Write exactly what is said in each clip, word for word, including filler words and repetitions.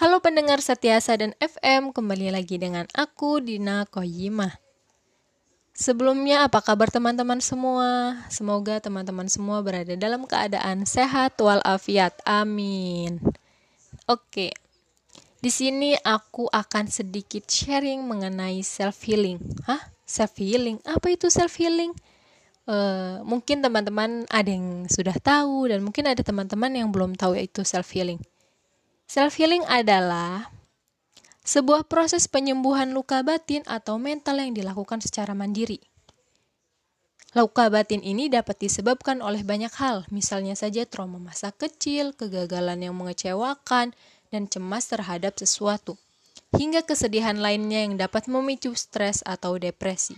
Halo pendengar setia Sadan F M, kembali lagi dengan aku Dina Koyimah. Sebelumnya apa kabar teman-teman semua? Semoga teman-teman semua berada dalam keadaan sehat walafiat. Amin. Oke. Di sini aku akan sedikit sharing mengenai self healing. Hah? Self healing? Apa itu self healing? Uh, mungkin teman-teman ada yang sudah tahu dan mungkin ada teman-teman yang belum tahu itu self healing. Self healing adalah sebuah proses penyembuhan luka batin atau mental yang dilakukan secara mandiri. Luka batin ini dapat disebabkan oleh banyak hal, misalnya saja trauma masa kecil, kegagalan yang mengecewakan, dan cemas terhadap sesuatu, hingga kesedihan lainnya yang dapat memicu stres atau depresi.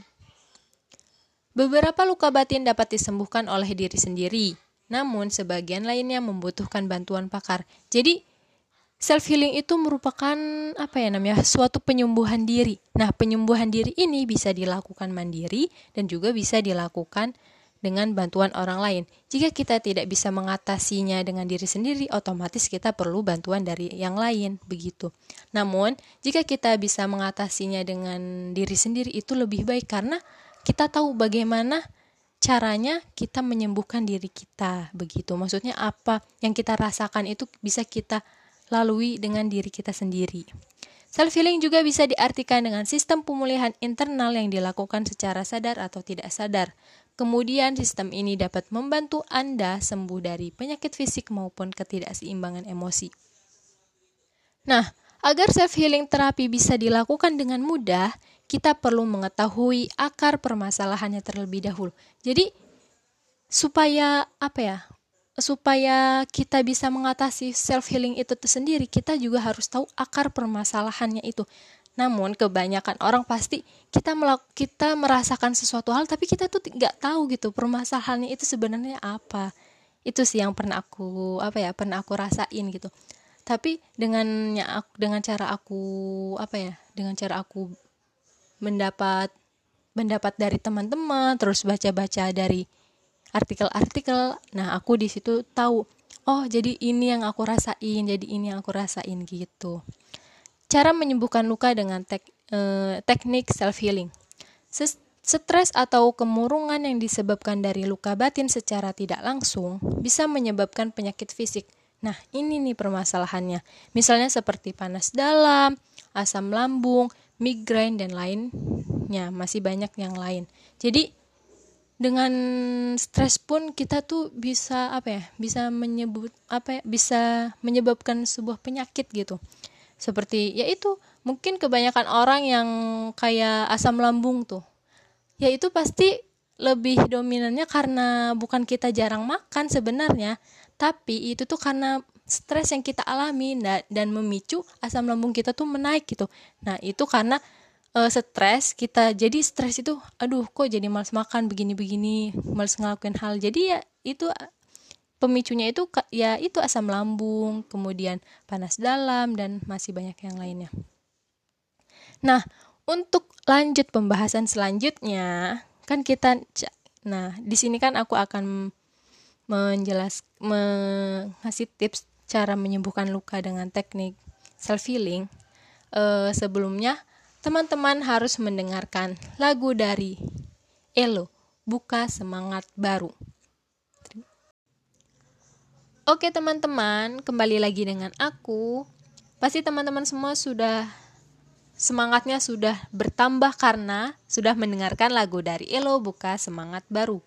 Beberapa luka batin dapat disembuhkan oleh diri sendiri, namun sebagian lainnya membutuhkan bantuan pakar. Jadi, self healing itu merupakan apa ya namanya suatu penyembuhan diri. Nah, penyembuhan diri ini bisa dilakukan mandiri dan juga bisa dilakukan dengan bantuan orang lain. Jika kita tidak bisa mengatasinya dengan diri sendiri, otomatis kita perlu bantuan dari yang lain, begitu. Namun, jika kita bisa mengatasinya dengan diri sendiri itu lebih baik karena kita tahu bagaimana caranya kita menyembuhkan diri kita, begitu. Maksudnya apa yang kita rasakan itu bisa kita lalui dengan diri kita sendiri. Self-healing juga bisa diartikan dengan sistem pemulihan internal yang dilakukan secara sadar atau tidak sadar. Kemudian sistem ini dapat membantu Anda sembuh dari penyakit fisik maupun ketidakseimbangan emosi. Nah, agar self-healing terapi bisa dilakukan dengan mudah, kita perlu mengetahui akar permasalahannya terlebih dahulu. Jadi, supaya apa ya? supaya kita bisa mengatasi self-healing itu sendiri, kita juga harus tahu akar permasalahannya itu. Namun kebanyakan orang pasti kita melak- kita merasakan sesuatu hal, tapi kita tuh nggak tahu gitu permasalahannya itu sebenarnya apa. Itu sih yang pernah aku apa ya pernah aku rasain gitu. Tapi dengan dengan cara aku apa ya dengan cara aku mendapat mendapat dari teman-teman, terus baca-baca dari artikel-artikel, nah aku di situ tahu, oh jadi ini yang aku rasain, jadi ini yang aku rasain gitu. Cara menyembuhkan luka dengan tek, eh, teknik self-healing. Stres atau kemurungan yang disebabkan dari luka batin secara tidak langsung bisa menyebabkan penyakit fisik. Nah ini nih permasalahannya, misalnya seperti panas dalam, asam lambung, migrain, dan lainnya, masih banyak yang lain. Jadi dengan stres pun kita tuh bisa apa ya bisa menyebut apa ya bisa menyebabkan sebuah penyakit gitu, seperti yaitu mungkin kebanyakan orang yang kayak asam lambung tuh, yaitu pasti lebih dominannya karena bukan kita jarang makan sebenarnya, tapi itu tuh karena stres yang kita alami dan memicu asam lambung kita tuh menaik gitu. Nah itu karena Uh, stres kita, jadi stres itu aduh kok jadi malas makan begini-begini, malas ngelakuin hal, jadi ya itu pemicunya itu ya itu asam lambung, kemudian panas dalam, dan masih banyak yang lainnya. Nah untuk lanjut pembahasan selanjutnya kan kita nah di sini kan aku akan menjelas mengasih tips cara menyembuhkan luka dengan teknik self healing. Uh, sebelumnya teman-teman harus mendengarkan lagu dari Elo, Buka Semangat Baru. Oke teman-teman, kembali lagi dengan aku. Pasti teman-teman semua sudah semangatnya sudah bertambah karena sudah mendengarkan lagu dari Elo, Buka Semangat Baru.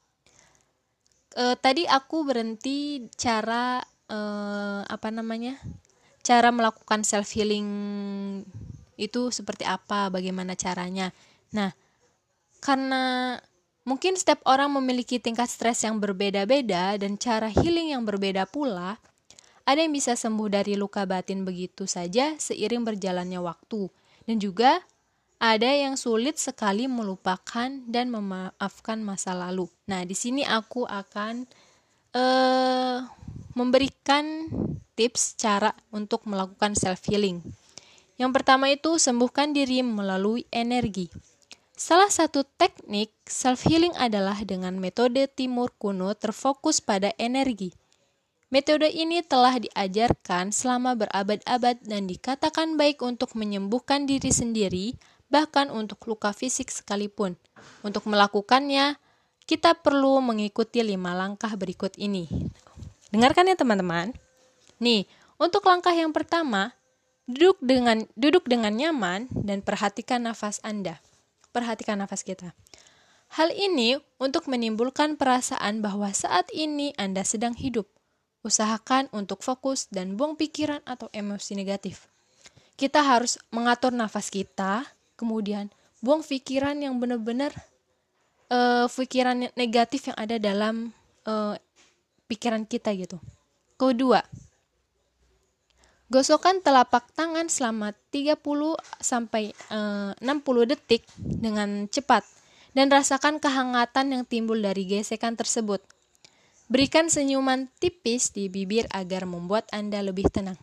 E, tadi aku berhenti cara e, apa namanya? cara melakukan self healing itu seperti apa, bagaimana caranya. Nah, karena mungkin setiap orang memiliki tingkat stres yang berbeda-beda dan cara healing yang berbeda pula, ada yang bisa sembuh dari luka batin begitu saja seiring berjalannya waktu, dan juga ada yang sulit sekali melupakan dan memaafkan masa lalu. Nah, di sini aku akan uh, memberikan tips cara untuk melakukan self healing. Yang pertama itu sembuhkan diri melalui energi. Salah satu teknik self healing adalah dengan metode Timur kuno terfokus pada energi. Metode ini telah diajarkan selama berabad-abad dan dikatakan baik untuk menyembuhkan diri sendiri, bahkan untuk luka fisik sekalipun. Untuk melakukannya, kita perlu mengikuti lima langkah berikut ini. Dengarkan ya teman-teman. Nih, untuk langkah yang pertama, duduk dengan duduk dengan nyaman dan perhatikan nafas Anda. Perhatikan nafas kita. Hal ini untuk menimbulkan perasaan bahwa saat ini Anda sedang hidup. Usahakan untuk fokus dan buang pikiran atau emosi negatif. Kita harus mengatur nafas kita, kemudian buang pikiran yang benar-benar uh, pikiran negatif yang ada dalam uh, pikiran kita gitu. Kedua, gosokkan telapak tangan selama tiga puluh sampai enam puluh detik dengan cepat dan rasakan kehangatan yang timbul dari gesekan tersebut. Berikan senyuman tipis di bibir agar membuat Anda lebih tenang.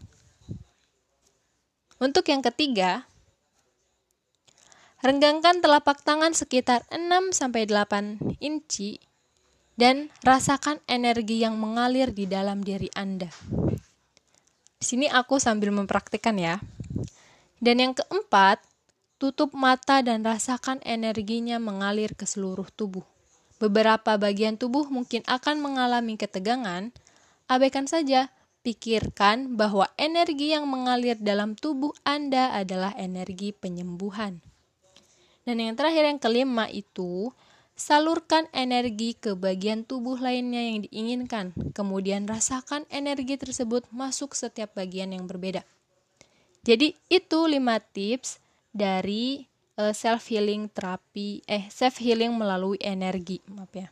Untuk yang ketiga, renggangkan telapak tangan sekitar enam sampai delapan inci dan rasakan energi yang mengalir di dalam diri Anda. Di sini aku sambil mempraktikkan ya. Dan yang keempat, tutup mata dan rasakan energinya mengalir ke seluruh tubuh. Beberapa bagian tubuh mungkin akan mengalami ketegangan. Abaikan saja, pikirkan bahwa energi yang mengalir dalam tubuh Anda adalah energi penyembuhan. Dan yang terakhir, yang kelima itu, salurkan energi ke bagian tubuh lainnya yang diinginkan. Kemudian rasakan energi tersebut masuk setiap bagian yang berbeda. Jadi itu lima tips dari self healing terapi eh self healing melalui energi, maaf ya.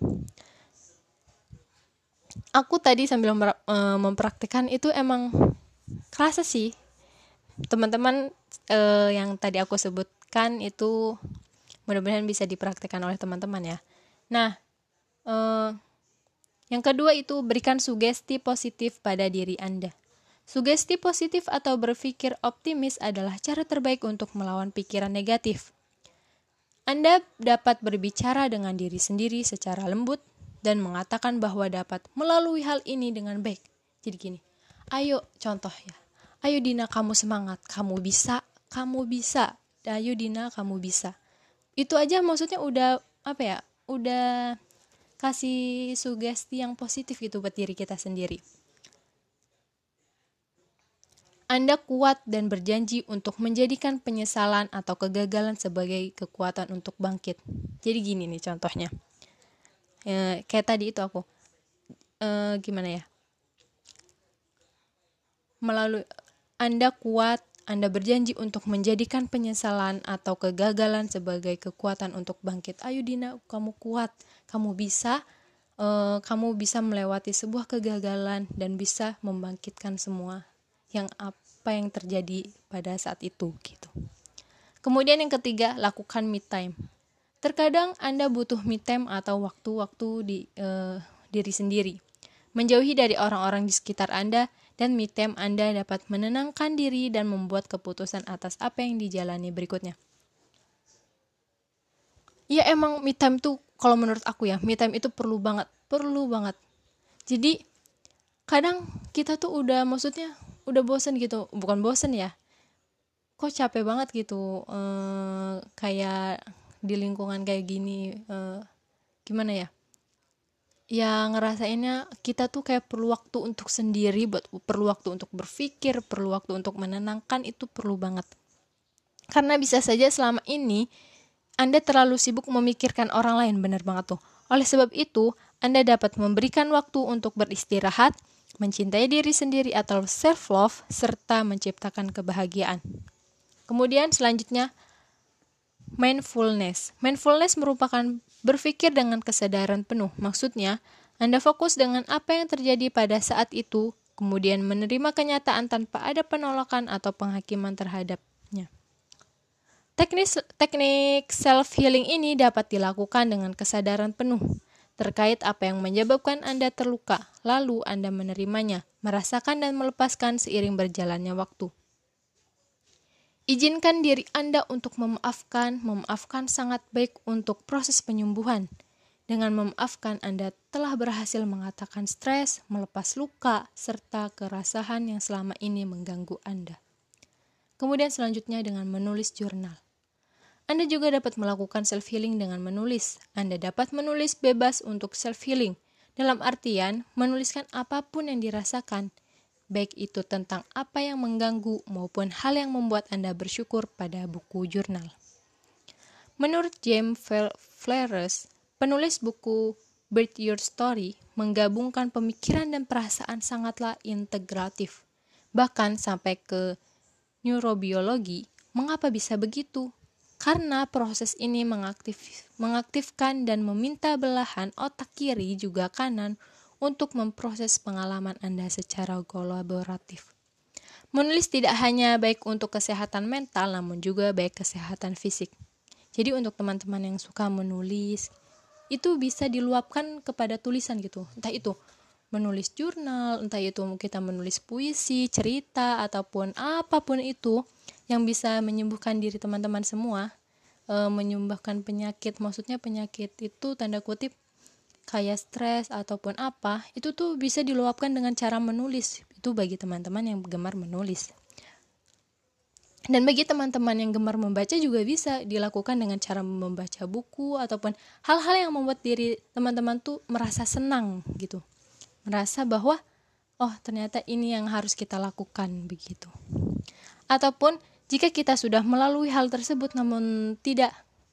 Aku tadi sambil mempraktikkan itu emang kerasa sih. Teman-teman eh, yang tadi aku sebutkan itu mudah-mudahan bisa dipraktikkan oleh teman-teman ya. Nah, eh, yang kedua itu berikan sugesti positif pada diri Anda. Sugesti positif atau berpikir optimis adalah cara terbaik untuk melawan pikiran negatif. Anda dapat berbicara dengan diri sendiri secara lembut dan mengatakan bahwa dapat melalui hal ini dengan baik. Jadi gini, ayo contoh ya, ayo Dina kamu semangat, kamu bisa, kamu bisa, ayo Dina kamu bisa. Itu aja maksudnya udah apa ya, udah kasih sugesti yang positif gitu buat diri kita sendiri. Anda kuat dan berjanji untuk menjadikan penyesalan atau kegagalan sebagai kekuatan untuk bangkit. Jadi gini nih contohnya. E, kayak tadi itu aku. E, gimana ya? Melalui Anda kuat, Anda berjanji untuk menjadikan penyesalan atau kegagalan sebagai kekuatan untuk bangkit. Ayo Dina, kamu kuat, kamu bisa, e, kamu bisa melewati sebuah kegagalan dan bisa membangkitkan semua yang apa yang terjadi pada saat itu gitu. Kemudian yang ketiga, lakukan me time. Terkadang Anda butuh me time atau waktu-waktu di uh, diri sendiri. Menjauhi dari orang-orang di sekitar Anda dan me time Anda dapat menenangkan diri dan membuat keputusan atas apa yang dijalani berikutnya. Ya emang me time tuh kalau menurut aku ya, me time itu perlu banget, perlu banget. Jadi kadang kita tuh udah maksudnya udah bosen gitu, bukan bosen ya, kok capek banget gitu, eee, kayak di lingkungan kayak gini, eee, gimana ya, ya ngerasainnya kita tuh kayak perlu waktu untuk sendiri, buat perlu waktu untuk berpikir, perlu waktu untuk menenangkan, itu perlu banget. Karena bisa saja selama ini Anda terlalu sibuk memikirkan orang lain, benar banget tuh. Oleh sebab itu, Anda dapat memberikan waktu untuk beristirahat, mencintai diri sendiri atau self-love, serta menciptakan kebahagiaan. Kemudian selanjutnya, mindfulness. Mindfulness merupakan berpikir dengan kesadaran penuh. Maksudnya, Anda fokus dengan apa yang terjadi pada saat itu, kemudian menerima kenyataan tanpa ada penolakan atau penghakiman terhadapnya. Teknik, teknik self-healing ini dapat dilakukan dengan kesadaran penuh terkait apa yang menyebabkan Anda terluka, lalu Anda menerimanya, merasakan dan melepaskan seiring berjalannya waktu. Izinkan diri Anda untuk memaafkan, memaafkan sangat baik untuk proses penyembuhan. Dengan memaafkan, Anda telah berhasil mengatakan stres, melepas luka, serta kerasahan yang selama ini mengganggu Anda. Kemudian selanjutnya dengan menulis jurnal. Anda juga dapat melakukan self-healing dengan menulis. Anda dapat menulis bebas untuk self-healing, dalam artian menuliskan apapun yang dirasakan, baik itu tentang apa yang mengganggu maupun hal yang membuat Anda bersyukur pada buku jurnal. Menurut James Flares, penulis buku Birth Your Story, menggabungkan pemikiran dan perasaan sangatlah integratif. Bahkan sampai ke neurobiologi, mengapa bisa begitu? Karena proses ini mengaktif, mengaktifkan dan meminta belahan otak kiri juga kanan untuk memproses pengalaman Anda secara kolaboratif. Menulis tidak hanya baik untuk kesehatan mental, namun juga baik kesehatan fisik. Jadi untuk teman-teman yang suka menulis, itu bisa diluapkan kepada tulisan gitu. Entah itu menulis jurnal, entah itu kita menulis puisi, cerita, ataupun apapun itu yang bisa menyembuhkan diri teman-teman semua. E, menyembuhkan penyakit, maksudnya penyakit itu tanda kutip kayak stres ataupun apa, itu tuh bisa diluapkan dengan cara menulis. Itu bagi teman-teman yang gemar menulis. Dan bagi teman-teman yang gemar membaca juga bisa dilakukan dengan cara membaca buku ataupun hal-hal yang membuat diri teman-teman tuh merasa senang gitu. Merasa bahwa oh ternyata ini yang harus kita lakukan begitu. Ataupun jika kita sudah melalui hal tersebut namun tidak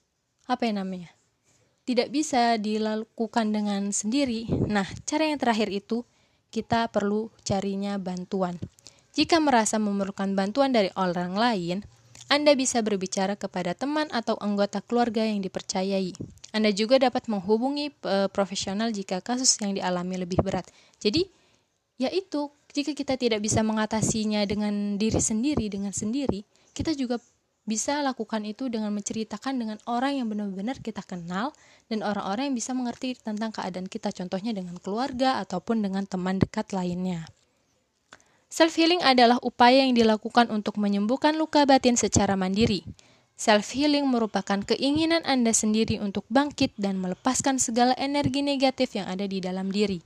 apa yang namanya? tidak bisa dilakukan dengan sendiri. Nah, cara yang terakhir itu kita perlu carinya bantuan. Jika merasa memerlukan bantuan dari orang lain, Anda bisa berbicara kepada teman atau anggota keluarga yang dipercayai. Anda juga dapat menghubungi e, profesional jika kasus yang dialami lebih berat. Jadi, yaitu jika kita tidak bisa mengatasinya dengan diri sendiri, dengan sendiri, kita juga bisa lakukan itu dengan menceritakan dengan orang yang benar-benar kita kenal dan orang-orang yang bisa mengerti tentang keadaan kita, contohnya dengan keluarga ataupun dengan teman dekat lainnya. Self-healing adalah upaya yang dilakukan untuk menyembuhkan luka batin secara mandiri. Self-healing merupakan keinginan Anda sendiri untuk bangkit dan melepaskan segala energi negatif yang ada di dalam diri.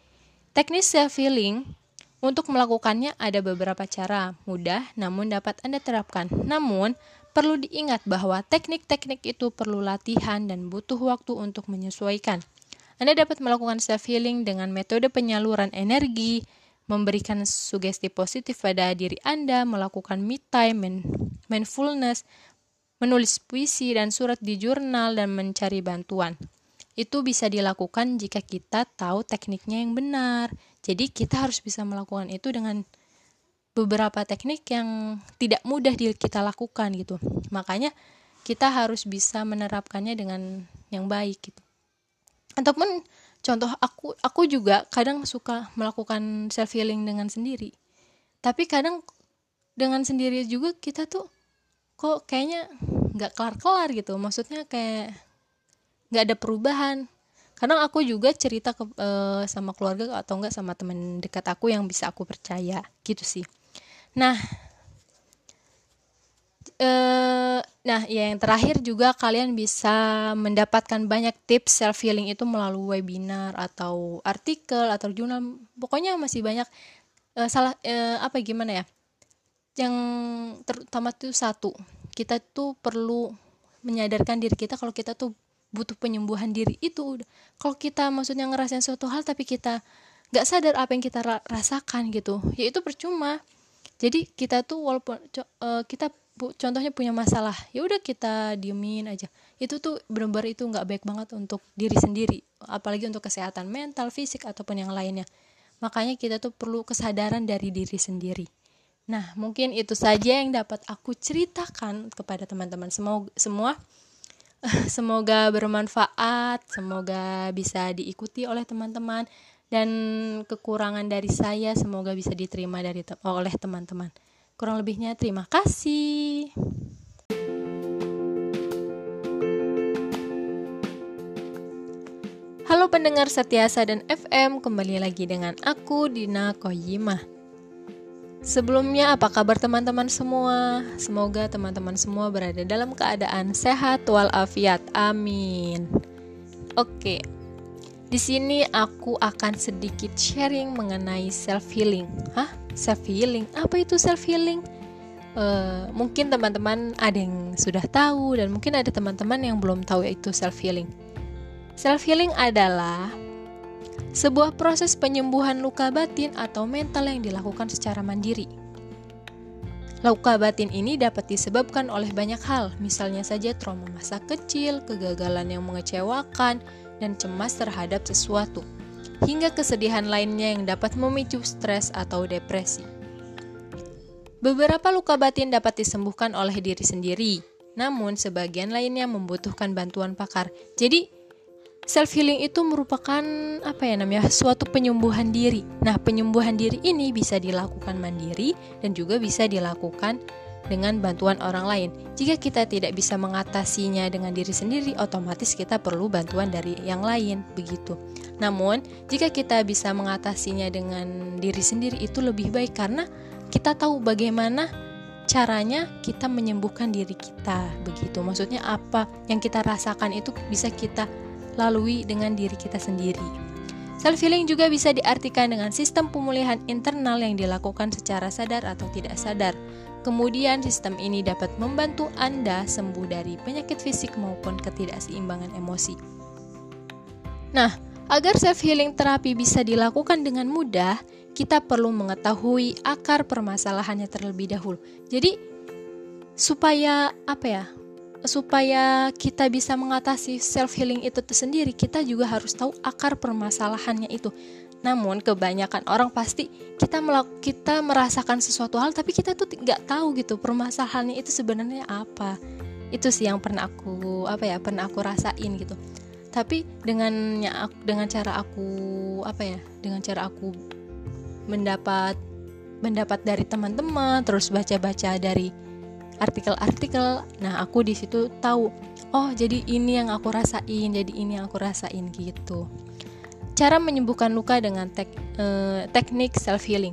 Teknis self-healing, untuk melakukannya ada beberapa cara, mudah namun dapat Anda terapkan. Namun, perlu diingat bahwa teknik-teknik itu perlu latihan dan butuh waktu untuk menyesuaikan. Anda dapat melakukan self-healing dengan metode penyaluran energi, memberikan sugesti positif pada diri Anda, melakukan me time, mindfulness, menulis puisi dan surat di jurnal, dan mencari bantuan. Itu bisa dilakukan jika kita tahu tekniknya yang benar. Jadi kita harus bisa melakukan itu dengan beberapa teknik yang tidak mudah kita lakukan gitu. Makanya kita harus bisa menerapkannya dengan yang baik gitu. Ataupun contoh aku aku juga kadang suka melakukan self healing dengan sendiri. Tapi kadang dengan sendiri juga kita tuh kok kayaknya nggak kelar-kelar gitu. Maksudnya kayak nggak ada perubahan. Kadang aku juga cerita ke, e, sama keluarga atau enggak sama teman dekat aku yang bisa aku percaya gitu sih. Nah, e, nah ya yang terakhir juga kalian bisa mendapatkan banyak tips self healing itu melalui webinar atau artikel atau jurnal. Pokoknya masih banyak. E, salah e, apa gimana ya? Yang terutama tuh satu, kita tuh perlu menyadarkan diri kita kalau kita tuh butuh penyembuhan diri itu. Kalau kita maksudnya ngerasain suatu hal tapi kita gak sadar apa yang kita rasakan gitu, ya itu percuma. Jadi kita tuh walaupun uh, kita bu, contohnya punya masalah, ya udah kita diemin aja. Itu tuh benar-benar itu gak baik banget untuk diri sendiri, apalagi untuk kesehatan mental, fisik ataupun yang lainnya. Makanya kita tuh perlu kesadaran dari diri sendiri. Nah, mungkin itu saja yang dapat aku ceritakan kepada teman-teman semua semua. Semoga bermanfaat, semoga bisa diikuti oleh teman-teman, dan kekurangan dari saya semoga bisa diterima dari te- oleh teman-teman. Kurang lebihnya terima kasih. Halo pendengar setia Sadan F M, kembali lagi dengan aku Dina Koyimah. Sebelumnya, apa kabar teman-teman semua? Semoga teman-teman semua berada dalam keadaan sehat walafiat. Amin. Oke, Di sini aku akan sedikit sharing mengenai self healing. Hah? Self healing? Apa itu self healing? Uh, mungkin teman-teman ada yang sudah tahu dan mungkin ada teman-teman yang belum tahu itu self healing. Self healing adalah sebuah proses penyembuhan luka batin atau mental yang dilakukan secara mandiri. Luka batin ini dapat disebabkan oleh banyak hal, misalnya saja trauma masa kecil, kegagalan yang mengecewakan, dan cemas terhadap sesuatu, hingga kesedihan lainnya yang dapat memicu stres atau depresi. Beberapa luka batin dapat disembuhkan oleh diri sendiri, namun sebagian lainnya membutuhkan bantuan pakar. Jadi, self healing itu merupakan apa ya namanya? suatu penyembuhan diri. Nah, penyembuhan diri ini bisa dilakukan mandiri dan juga bisa dilakukan dengan bantuan orang lain. Jika kita tidak bisa mengatasinya dengan diri sendiri, otomatis kita perlu bantuan dari yang lain, begitu. Namun, jika kita bisa mengatasinya dengan diri sendiri itu lebih baik karena kita tahu bagaimana caranya kita menyembuhkan diri kita, begitu. Maksudnya apa yang kita rasakan itu bisa kita lalui dengan diri kita sendiri. Self healing juga bisa diartikan dengan sistem pemulihan internal yang dilakukan secara sadar atau tidak sadar. Kemudian sistem ini dapat membantu Anda sembuh dari penyakit fisik maupun ketidakseimbangan emosi. Nah, agar self healing terapi bisa dilakukan dengan mudah, kita perlu mengetahui akar permasalahannya terlebih dahulu. Jadi, supaya apa ya? Supaya kita bisa mengatasi self healing itu tersendiri, kita juga harus tahu akar permasalahannya itu. Namun kebanyakan orang pasti kita melak- kita merasakan sesuatu hal tapi kita tuh nggak tahu gitu permasalahannya itu sebenarnya apa. Itu sih yang pernah aku apa ya pernah aku rasain gitu. Tapi dengan dengan cara aku apa ya dengan cara aku mendapat mendapat dari teman-teman, terus baca-baca dari artikel-artikel. Nah, aku di situ tahu, oh jadi ini yang aku rasain, jadi ini yang aku rasain gitu. Cara menyembuhkan luka dengan tek, eh, teknik self healing.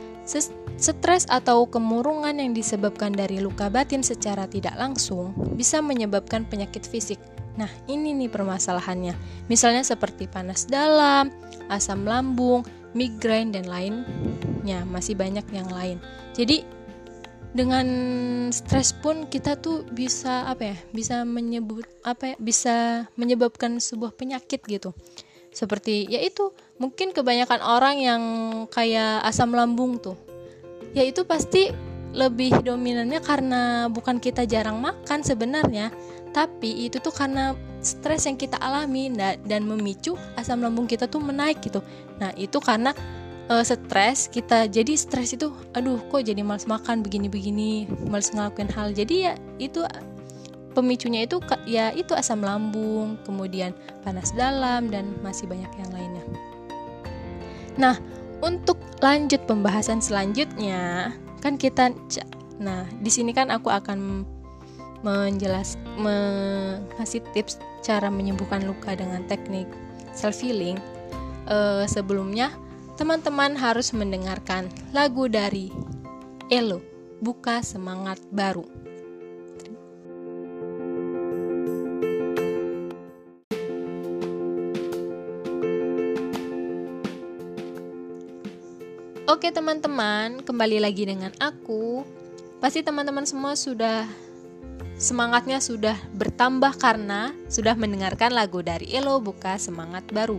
Stres atau kemurungan yang disebabkan dari luka batin secara tidak langsung bisa menyebabkan penyakit fisik. Nah, ini nih permasalahannya. Misalnya seperti panas dalam, asam lambung, migrain dan lainnya, masih banyak yang lain. Jadi dengan stres pun kita tuh bisa apa ya? Bisa menyebut apa ya? Bisa menyebabkan sebuah penyakit gitu. Seperti yaitu mungkin kebanyakan orang yang kayak asam lambung tuh, yaitu pasti lebih dominannya karena bukan kita jarang makan sebenarnya, tapi itu tuh karena stres yang kita alami dan memicu asam lambung kita tuh menaik gitu. Nah itu karena e, stres kita, jadi stres itu aduh kok jadi malas makan begini-begini, malas ngelakuin hal, jadi ya itu pemicunya itu ya itu asam lambung, kemudian panas dalam dan masih banyak yang lainnya. Nah, untuk lanjut pembahasan selanjutnya, kan kita nah, di sini kan aku akan menjelas mengasih tips cara menyembuhkan luka dengan teknik self healing. E, sebelumnya, teman-teman harus mendengarkan lagu dari Elo, Buka Semangat Baru. Oke teman-teman, kembali lagi dengan aku. Pasti teman-teman semua sudah semangatnya sudah bertambah karena sudah mendengarkan lagu dari Elo, Buka Semangat Baru.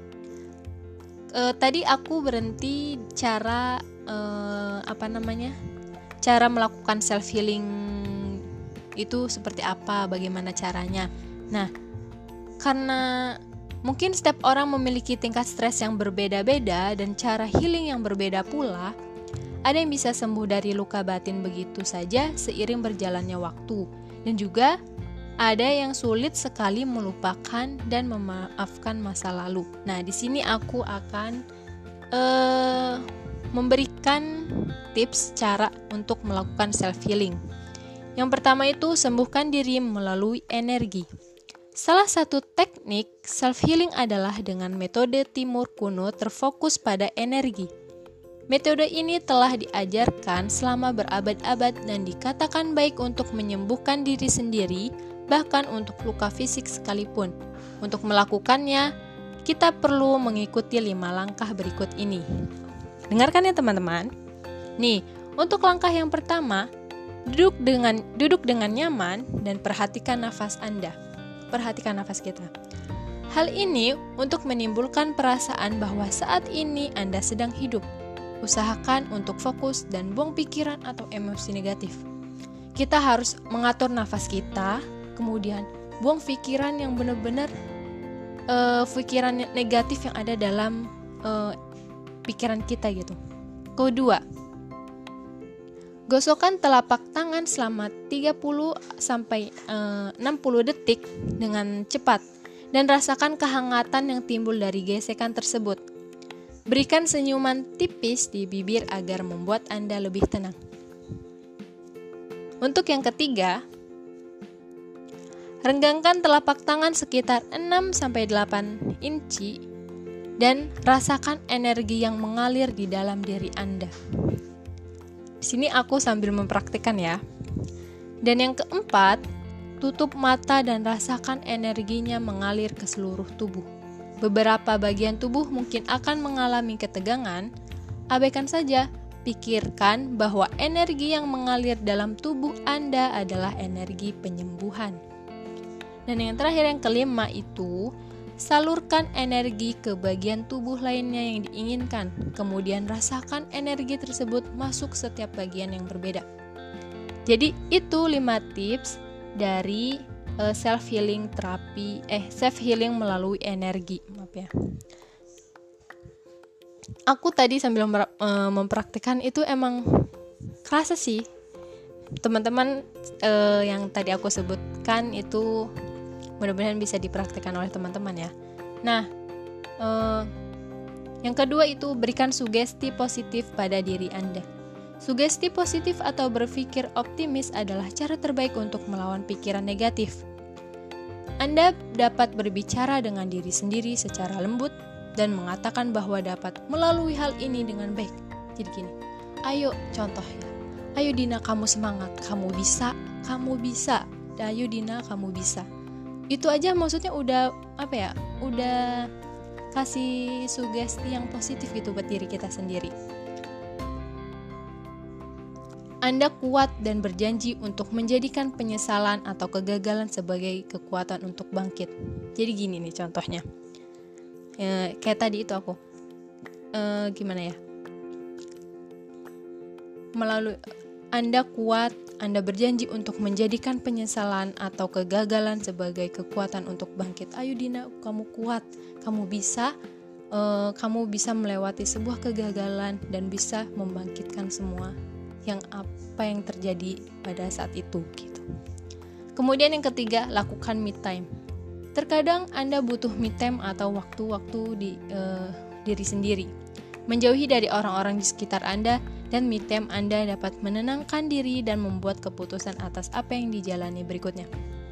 E, tadi aku berhenti cara e, apa namanya? Cara melakukan self healing itu seperti apa, bagaimana caranya. Nah, karena mungkin setiap orang memiliki tingkat stres yang berbeda-beda dan cara healing yang berbeda pula. Ada yang bisa sembuh dari luka batin begitu saja seiring berjalannya waktu, dan juga ada yang sulit sekali melupakan dan memaafkan masa lalu. Nah, di sini aku akan uh, memberikan tips cara untuk melakukan self healing. Yang pertama itu sembuhkan diri melalui energi. Salah satu teknik self-healing adalah dengan metode Timur kuno terfokus pada energi. Metode ini telah diajarkan selama berabad-abad dan dikatakan baik untuk menyembuhkan diri sendiri, bahkan untuk luka fisik sekalipun. Untuk melakukannya, kita perlu mengikuti lima langkah berikut ini. Dengarkan ya teman-teman. Nih, untuk langkah yang pertama, duduk dengan duduk dengan nyaman dan perhatikan nafas Anda. Perhatikan nafas kita. Hal ini untuk menimbulkan perasaan bahwa saat ini Anda sedang hidup. Usahakan untuk fokus dan buang pikiran atau emosi negatif. Kita harus mengatur nafas kita, kemudian buang pikiran yang benar-benar uh, pikiran negatif yang ada dalam uh, pikiran kita gitu. Kedua, gosokkan telapak tangan selama tiga puluh sampai enam puluh detik dengan cepat dan rasakan kehangatan yang timbul dari gesekan tersebut. Berikan senyuman tipis di bibir agar membuat Anda lebih tenang. Untuk yang ketiga, renggangkan telapak tangan sekitar enam sampai delapan inci dan rasakan energi yang mengalir di dalam diri Anda. Di sini aku sambil mempraktikkan ya. Dan yang keempat, tutup mata dan rasakan energinya mengalir ke seluruh tubuh. Beberapa bagian tubuh mungkin akan mengalami ketegangan. Abaikan saja, pikirkan bahwa energi yang mengalir dalam tubuh Anda adalah energi penyembuhan. Dan yang terakhir, yang kelima itu, salurkan energi ke bagian tubuh lainnya yang diinginkan. Kemudian rasakan energi tersebut masuk setiap bagian yang berbeda. Jadi itu lima tips dari uh, self healing terapi, eh self healing melalui energi, maaf ya. Aku tadi sambil mer- uh, mempraktikkan itu emang kerasa sih, teman-teman uh, yang tadi aku sebutkan itu mudah-mudahan bisa dipraktikkan oleh teman-teman ya. Nah, uh, yang kedua itu berikan sugesti positif pada diri Anda. Sugesti positif atau berpikir optimis adalah cara terbaik untuk melawan pikiran negatif. Anda dapat berbicara dengan diri sendiri secara lembut dan mengatakan bahwa dapat melalui hal ini dengan baik. Jadi gini, ayo contoh ya. Ayo Dina, kamu semangat, kamu bisa, kamu bisa. Ayo Dina, kamu bisa. Itu aja maksudnya udah apa ya? Udah kasih sugesti yang positif gitu buat diri kita sendiri. Anda kuat dan berjanji untuk menjadikan penyesalan atau kegagalan sebagai kekuatan untuk bangkit. Jadi gini nih contohnya. E, kayak tadi itu aku. E, gimana ya? Melalui Anda kuat, Anda berjanji untuk menjadikan penyesalan atau kegagalan sebagai kekuatan untuk bangkit. Ayo Dina, kamu kuat, kamu bisa, uh, kamu bisa melewati sebuah kegagalan dan bisa membangkitkan semua yang apa yang terjadi pada saat itu gitu. Kemudian yang ketiga, lakukan me time. Terkadang Anda butuh me time atau waktu-waktu di uh, diri sendiri. Menjauhi dari orang-orang di sekitar Anda, dan me time Anda dapat menenangkan diri dan membuat keputusan atas apa yang dijalani berikutnya.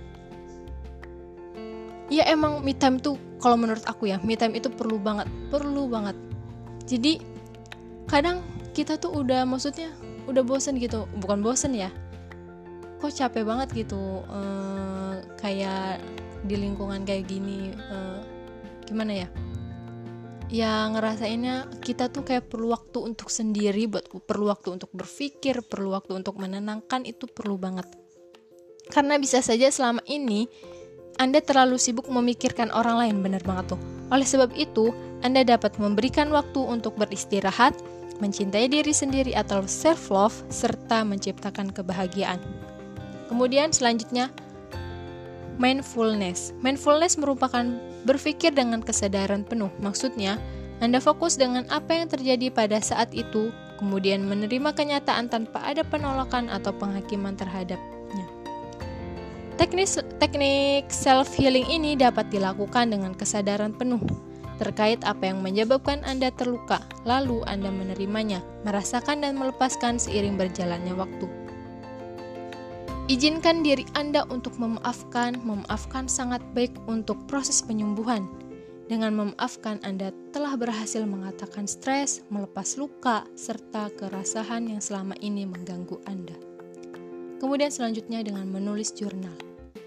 Ya emang me time tuh kalau menurut aku ya, me time itu perlu banget, perlu banget. Jadi kadang kita tuh udah maksudnya udah bosen gitu, bukan bosen ya. Kok capek banget gitu, eee, kayak di lingkungan kayak gini, eee, gimana ya? Ya ngerasainnya kita tuh kayak perlu waktu untuk sendiri, buat perlu waktu untuk berpikir, perlu waktu untuk menenangkan, itu perlu banget. Karena bisa saja selama ini Anda terlalu sibuk memikirkan orang lain, benar banget tuh. Oleh sebab itu, Anda dapat memberikan waktu untuk beristirahat, mencintai diri sendiri atau self love, serta menciptakan kebahagiaan. Kemudian selanjutnya, mindfulness. Mindfulness merupakan berpikir dengan kesadaran penuh. Maksudnya, Anda fokus dengan apa yang terjadi pada saat itu, kemudian menerima kenyataan tanpa ada penolakan atau penghakiman terhadapnya. Teknik, teknik self-healing ini dapat dilakukan dengan kesadaran penuh terkait apa yang menyebabkan Anda terluka, lalu Anda menerimanya, merasakan dan melepaskan seiring berjalannya waktu. Izinkan diri Anda untuk memaafkan, memaafkan sangat baik untuk proses penyembuhan. Dengan memaafkan, Anda telah berhasil mengatakan stres, melepas luka, serta kerasahan yang selama ini mengganggu Anda. Kemudian selanjutnya dengan menulis jurnal.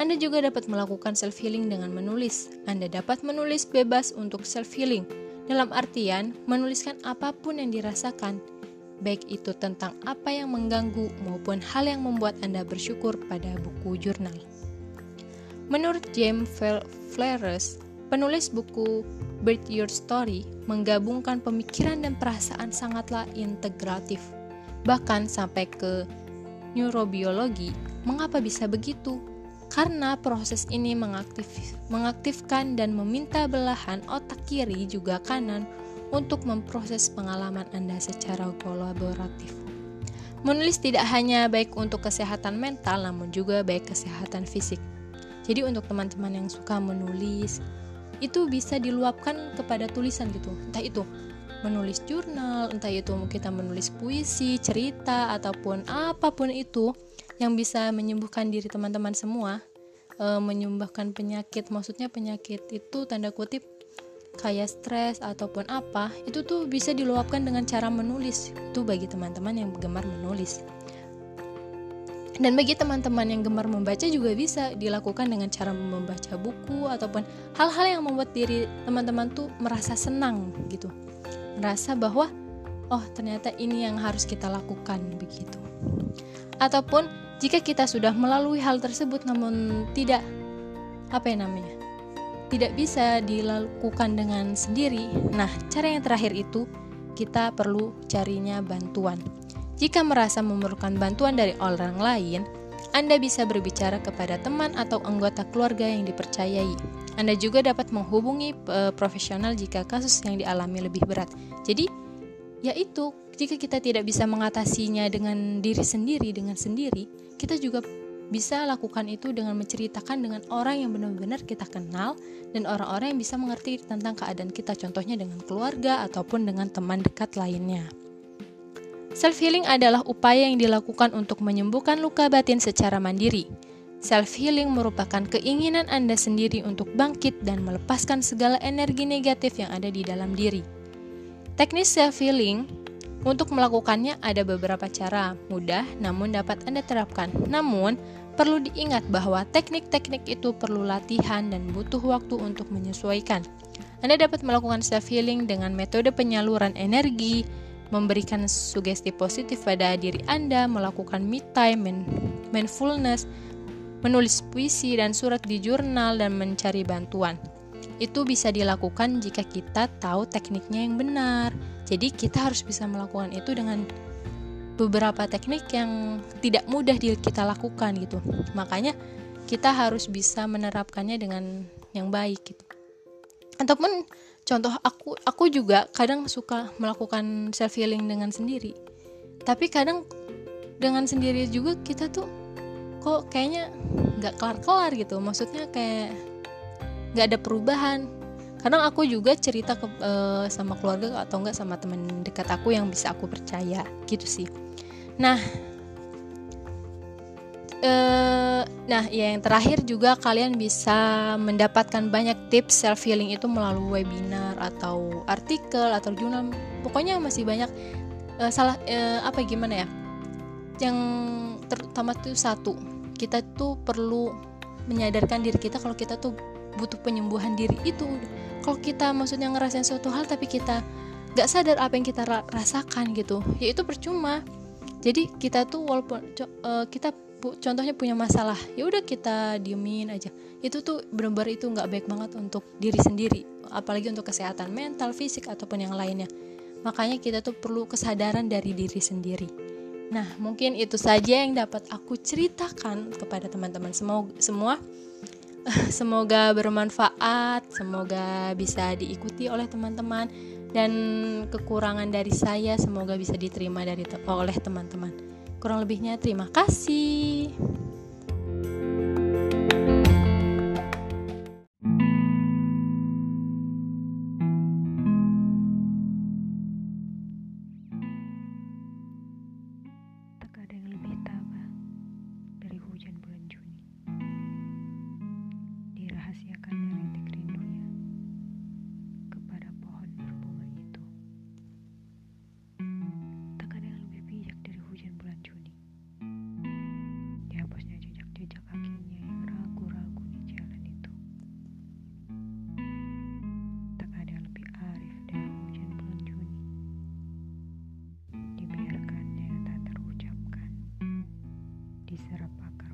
Anda juga dapat melakukan self-healing dengan menulis. Anda dapat menulis bebas untuk self-healing, dalam artian menuliskan apapun yang dirasakan, baik itu tentang apa yang mengganggu maupun hal yang membuat Anda bersyukur pada buku jurnal. Menurut James Flares, penulis buku Birth Your Story, menggabungkan pemikiran dan perasaan sangatlah integratif, bahkan sampai ke neurobiologi. Mengapa bisa begitu? Karena proses ini mengaktif, mengaktifkan dan meminta belahan otak kiri juga kanan untuk memproses pengalaman Anda secara kolaboratif. Menulis tidak hanya baik untuk kesehatan mental, namun juga baik kesehatan fisik. Jadi untuk teman-teman yang suka menulis, itu bisa diluapkan kepada tulisan gitu. Entah itu menulis jurnal, entah itu kita menulis puisi, cerita, ataupun apapun itu yang bisa menyembuhkan diri teman-teman semua, e, menyembuhkan penyakit. Maksudnya penyakit itu tanda kutip kayak stres ataupun apa, itu tuh bisa diluapkan dengan cara menulis. Itu bagi teman-teman yang gemar menulis. Dan bagi teman-teman yang gemar membaca juga bisa dilakukan dengan cara membaca buku ataupun hal-hal yang membuat diri teman-teman tuh merasa senang gitu. Merasa bahwa oh ternyata ini yang harus kita lakukan begitu. Ataupun jika kita sudah melalui hal tersebut namun tidak apa ya namanya? tidak bisa dilakukan dengan sendiri. Nah, cara yang terakhir itu kita perlu carinya bantuan. Jika merasa memerlukan bantuan dari orang lain, Anda bisa berbicara kepada teman atau anggota keluarga yang dipercayai. Anda juga dapat menghubungi e, profesional jika kasus yang dialami lebih berat. Jadi, yaitu jika kita tidak bisa mengatasinya dengan diri sendiri, dengan sendiri, kita juga bisa lakukan itu dengan menceritakan dengan orang yang benar-benar kita kenal dan orang-orang yang bisa mengerti tentang keadaan kita, contohnya dengan keluarga ataupun dengan teman dekat lainnya. Self-healing adalah upaya yang dilakukan untuk menyembuhkan luka batin secara mandiri. Self-healing merupakan keinginan Anda sendiri untuk bangkit dan melepaskan segala energi negatif yang ada di dalam diri. Teknik self-healing, untuk melakukannya ada beberapa cara, mudah namun dapat Anda terapkan. Namun, perlu diingat bahwa teknik-teknik itu perlu latihan dan butuh waktu untuk menyesuaikan. Anda dapat melakukan self-healing dengan metode penyaluran energi, memberikan sugesti positif pada diri Anda, melakukan me time, mindfulness, menulis puisi dan surat di jurnal, dan mencari bantuan. Itu bisa dilakukan jika kita tahu tekniknya yang benar. Jadi kita harus bisa melakukan itu dengan beberapa teknik yang tidak mudah kita lakukan gitu. Makanya kita harus bisa menerapkannya dengan yang baik gitu. Ataupun contoh aku aku juga kadang suka melakukan self healing dengan sendiri. Tapi kadang dengan sendiri juga kita tuh kok kayaknya nggak kelar-kelar gitu. Maksudnya kayak nggak ada perubahan. Kadang aku juga cerita ke, e, sama keluarga atau enggak sama teman dekat aku yang bisa aku percaya gitu sih. Nah, e, nah ya yang terakhir juga kalian bisa mendapatkan banyak tips self healing itu melalui webinar atau artikel atau jurnal. Pokoknya masih banyak. E, salah e, apa gimana ya? Yang terutama tuh satu, kita tuh perlu menyadarkan diri kita kalau kita tuh butuh penyembuhan diri itu. Kalau kita maksudnya ngerasain suatu hal tapi kita gak sadar apa yang kita ra- rasakan gitu, ya itu percuma. Jadi kita tuh walaupun co- uh, kita pu- contohnya punya masalah, ya udah kita diemin aja. Itu tuh benar-benar itu nggak baik banget untuk diri sendiri, apalagi untuk kesehatan mental, fisik ataupun yang lainnya. Makanya kita tuh perlu kesadaran dari diri sendiri. Nah, mungkin itu saja yang dapat aku ceritakan kepada teman-teman semua. semua. Semoga bermanfaat, semoga bisa diikuti oleh teman-teman, dan kekurangan dari saya semoga bisa diterima dari te- oleh teman-teman. Kurang lebihnya terima kasih. Tak ada yang lebih tabah dari hujan bulan Juni. Dirahasiakannya rintik rindunya kepada pohon berbunga itu. Tak ada yang lebih bijak dari hujan bulan Juni. Dihapusnya diserap akal.